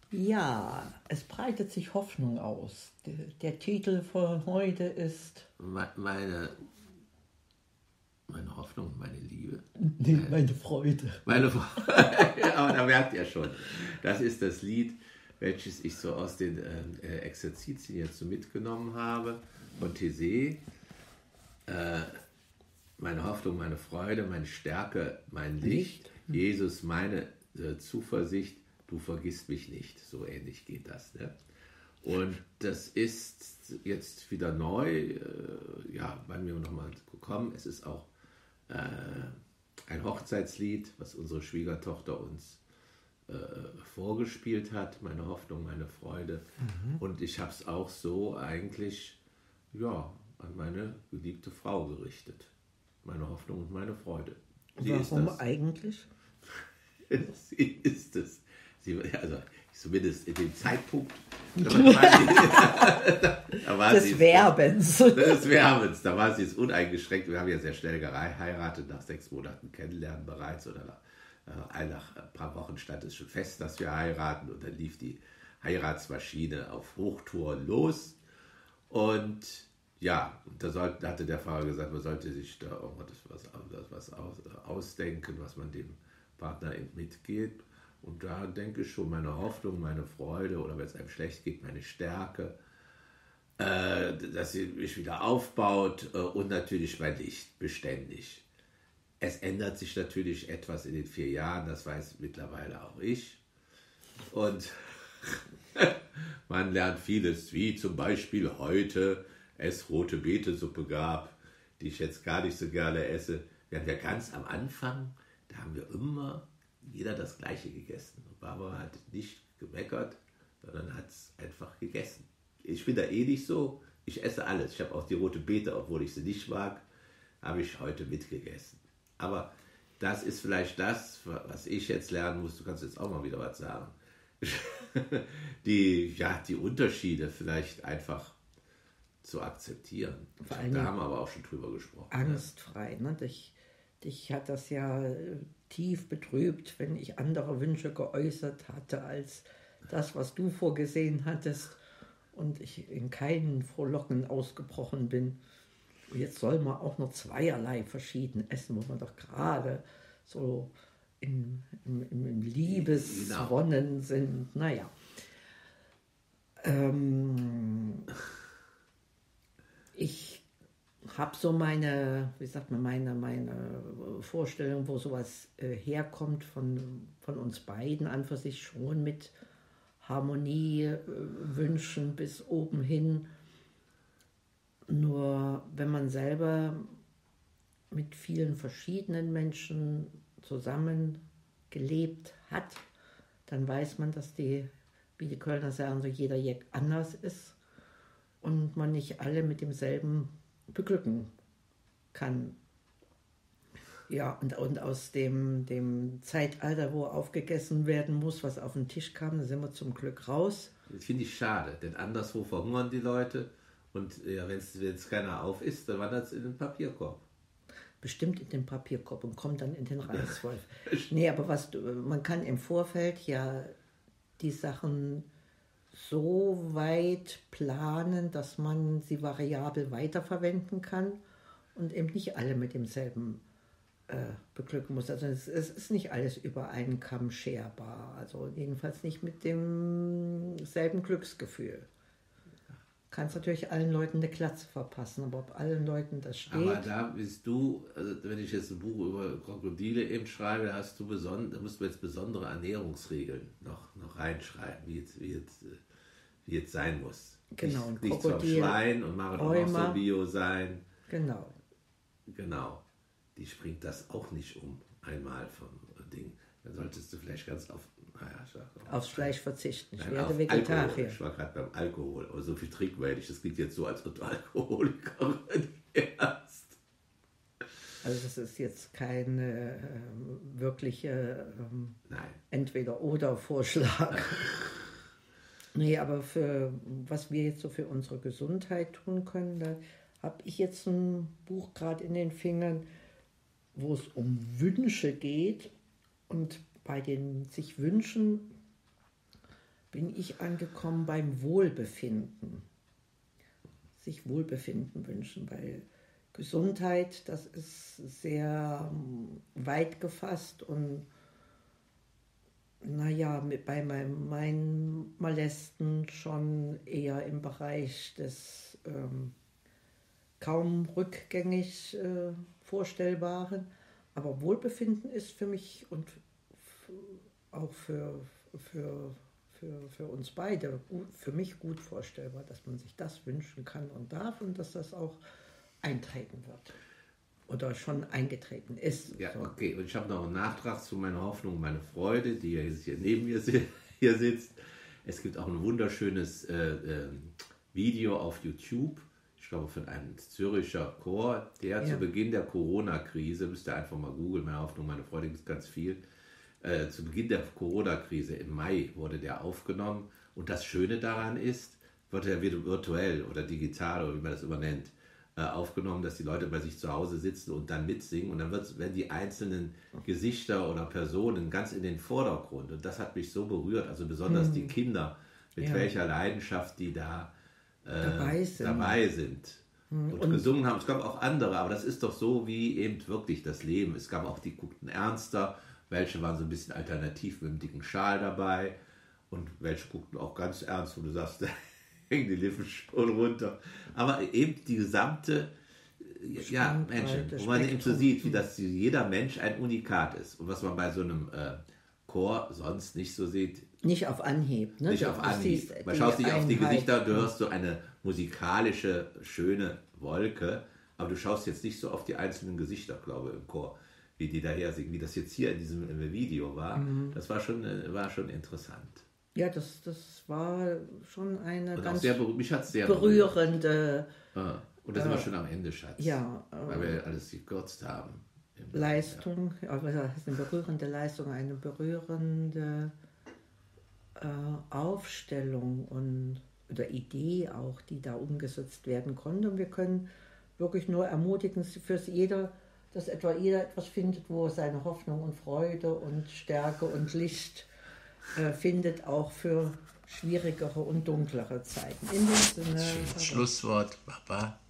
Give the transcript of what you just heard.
Ja, es breitet sich Hoffnung aus. Der Titel von heute ist Meine Hoffnung, meine Liebe. Meine Freude. Meine Freude. Aber da merkt ihr schon, das ist das Lied, welches ich so aus den Exerzitien jetzt so mitgenommen habe von Taizé. Meine Hoffnung, meine Freude, meine Stärke, mein Licht. Jesus, meine Zuversicht, du vergisst mich nicht. So ähnlich geht das. Ne? Und das ist jetzt wieder neu, bei mir nochmal gekommen. Es ist auch ein Hochzeitslied, was unsere Schwiegertochter uns vorgespielt hat. Meine Hoffnung, meine Freude. Und ich habe es auch so eigentlich an meine geliebte Frau gerichtet. Meine Hoffnung und meine Freude. Warum eigentlich? Sie ist es. Also zumindest in dem Zeitpunkt des Werbens. Des Werbens. Da war sie jetzt uneingeschränkt. Wir haben ja sehr schnell geheiratet, nach 6 Monaten Kennenlernen bereits. Oder nach ein paar Wochen stand es schon fest, dass wir heiraten. Und dann lief die Heiratsmaschine auf Hochtouren los. Und ja, da hatte der Pfarrer gesagt, man sollte sich da was ausdenken, was man dem Partner mitgeht. Und da denke ich schon, meine Hoffnung, meine Freude oder wenn es einem schlecht geht, meine Stärke, dass sie mich wieder aufbaut und natürlich mein Licht beständig. Es ändert sich natürlich etwas in den 4 Jahren, das weiß mittlerweile auch ich. Und man lernt vieles, wie zum Beispiel heute es rote Betesuppe gab, die ich jetzt gar nicht so gerne esse. Während wir ganz am Anfang, da haben wir immer jeder das Gleiche gegessen. Und Barbara hat nicht gemeckert, sondern hat es einfach gegessen. Ich bin da nicht so, ich esse alles. Ich habe auch die rote Beete, obwohl ich sie nicht mag, habe ich heute mitgegessen. Aber das ist vielleicht das, was ich jetzt lernen muss. Du kannst jetzt auch mal wieder was sagen. Die Unterschiede vielleicht einfach zu akzeptieren. Da haben wir aber auch schon drüber gesprochen. Angstfrei. Ne? Dich hat das ja tief betrübt, wenn ich andere Wünsche geäußert hatte als das, was du vorgesehen hattest und ich in keinen Frohlocken ausgebrochen bin. Und jetzt soll man auch noch zweierlei verschieden essen, wo man doch gerade so im Liebeswonnen sind. Naja. Ich habe so meine Vorstellung, wo sowas herkommt von uns beiden, an für sich schon mit Harmoniewünschen bis oben hin. Nur wenn man selber mit vielen verschiedenen Menschen zusammen gelebt hat, dann weiß man, dass wie die Kölner sagen, so jeder Jack anders ist und man nicht alle mit demselben beglücken kann. Ja, und aus dem Zeitalter, wo aufgegessen werden muss, was auf den Tisch kam, da sind wir zum Glück raus. Das finde ich schade, denn anderswo verhungern die Leute und ja, wenn es keiner auf isst, dann wandert es in den Papierkorb. Bestimmt in den Papierkorb und kommt dann in den Reiswolf. Nee, aber man kann im Vorfeld ja die Sachen so weit planen, dass man sie variabel weiterverwenden kann und eben nicht alle mit demselben beglücken muss. Also es ist nicht alles über einen Kamm scherbar. Also jedenfalls nicht mit demselben Glücksgefühl. Kannst natürlich allen Leuten eine Glatze verpassen, aber ob allen Leuten das steht... Aber da bist du, also wenn ich jetzt ein Buch über Krokodile eben schreibe, da musst du jetzt besondere Ernährungsregeln noch reinschreiben, wie jetzt sein muss. Genau, nicht zum Schwein und machen auch noch so Bio sein. Genau. Die springt das auch nicht um, einmal vom Ding. Dann solltest du vielleicht ganz aufs Fleisch verzichten. Ich werde Vegetarier. Ich war gerade beim Alkohol, aber so viel trinken wir nicht. Das klingt jetzt so, als ob du Alkoholikerin wärst. Also das ist jetzt kein wirklicher Entweder-oder-Vorschlag. Nee, aber was wir jetzt so für unsere Gesundheit tun können, da habe ich jetzt ein Buch gerade in den Fingern, wo es um Wünsche geht und bei den sich Wünschen bin ich angekommen beim Wohlbefinden. Sich Wohlbefinden wünschen, weil Gesundheit, das ist sehr weit gefasst und naja, bei meinen Molesten schon eher im Bereich des kaum rückgängig Vorstellbaren. Aber Wohlbefinden ist für mich und auch für uns beide, für mich gut vorstellbar, dass man sich das wünschen kann und darf und dass das auch eintreten wird. Oder schon eingetreten ist. Ja, so. Okay. Und ich habe noch einen Nachtrag zu meiner Hoffnung und meine Freude, die ja jetzt hier neben mir hier sitzt. Es gibt auch ein wunderschönes Video auf YouTube, ich glaube von einem Züricher Chor, der zu Beginn der Corona-Krise, müsst ihr einfach mal googeln, meine Hoffnung, meine Freude, gibt es ganz viel, zu Beginn der Corona-Krise im Mai wurde der aufgenommen. Und das Schöne daran ist, wird er virtuell oder digital oder wie man das immer nennt, aufgenommen, dass die Leute bei sich zu Hause sitzen und dann mitsingen. Und dann werden die einzelnen Gesichter oder Personen ganz in den Vordergrund. Und das hat mich so berührt, also besonders die Kinder, mit welcher Leidenschaft die da dabei sind. Und gesungen haben. Es gab auch andere, aber das ist doch so wie eben wirklich das Leben. Es gab auch die guckten ernster, welche waren so ein bisschen alternativ mit einem dicken Schal dabei und welche guckten auch ganz ernst, wo du sagst, da hängen die Lippen schon runter. Aber eben die gesamte Menschen, wo man eben so sieht, wie das jeder Mensch ein Unikat ist. Und was man bei so einem Chor sonst nicht so sieht. Nicht auf Anhieb. Ne? Nicht auf Anhieb. Man schaut nicht auf die Gesichter, du hörst so eine musikalische, schöne Wolke, aber du schaust jetzt nicht so auf die einzelnen Gesichter, glaube ich, im Chor, wie die daher singen, wie das jetzt hier in diesem Video war. Das war schon interessant. Ja, das war schon eine und ganz mich hat's sehr berührende und da sind wir schon am Ende, Schatz. Ja, weil wir alles gekürzt haben. Leistung, aber das ist eine berührende Leistung, eine berührende Aufstellung oder Idee auch, die da umgesetzt werden konnte. Und wir können wirklich nur ermutigen, dass jeder etwas findet, wo er seine Hoffnung und Freude und Stärke und Licht findet, auch für schwierigere und dunklere Zeiten. In dem Sinne. Schlusswort, Papa.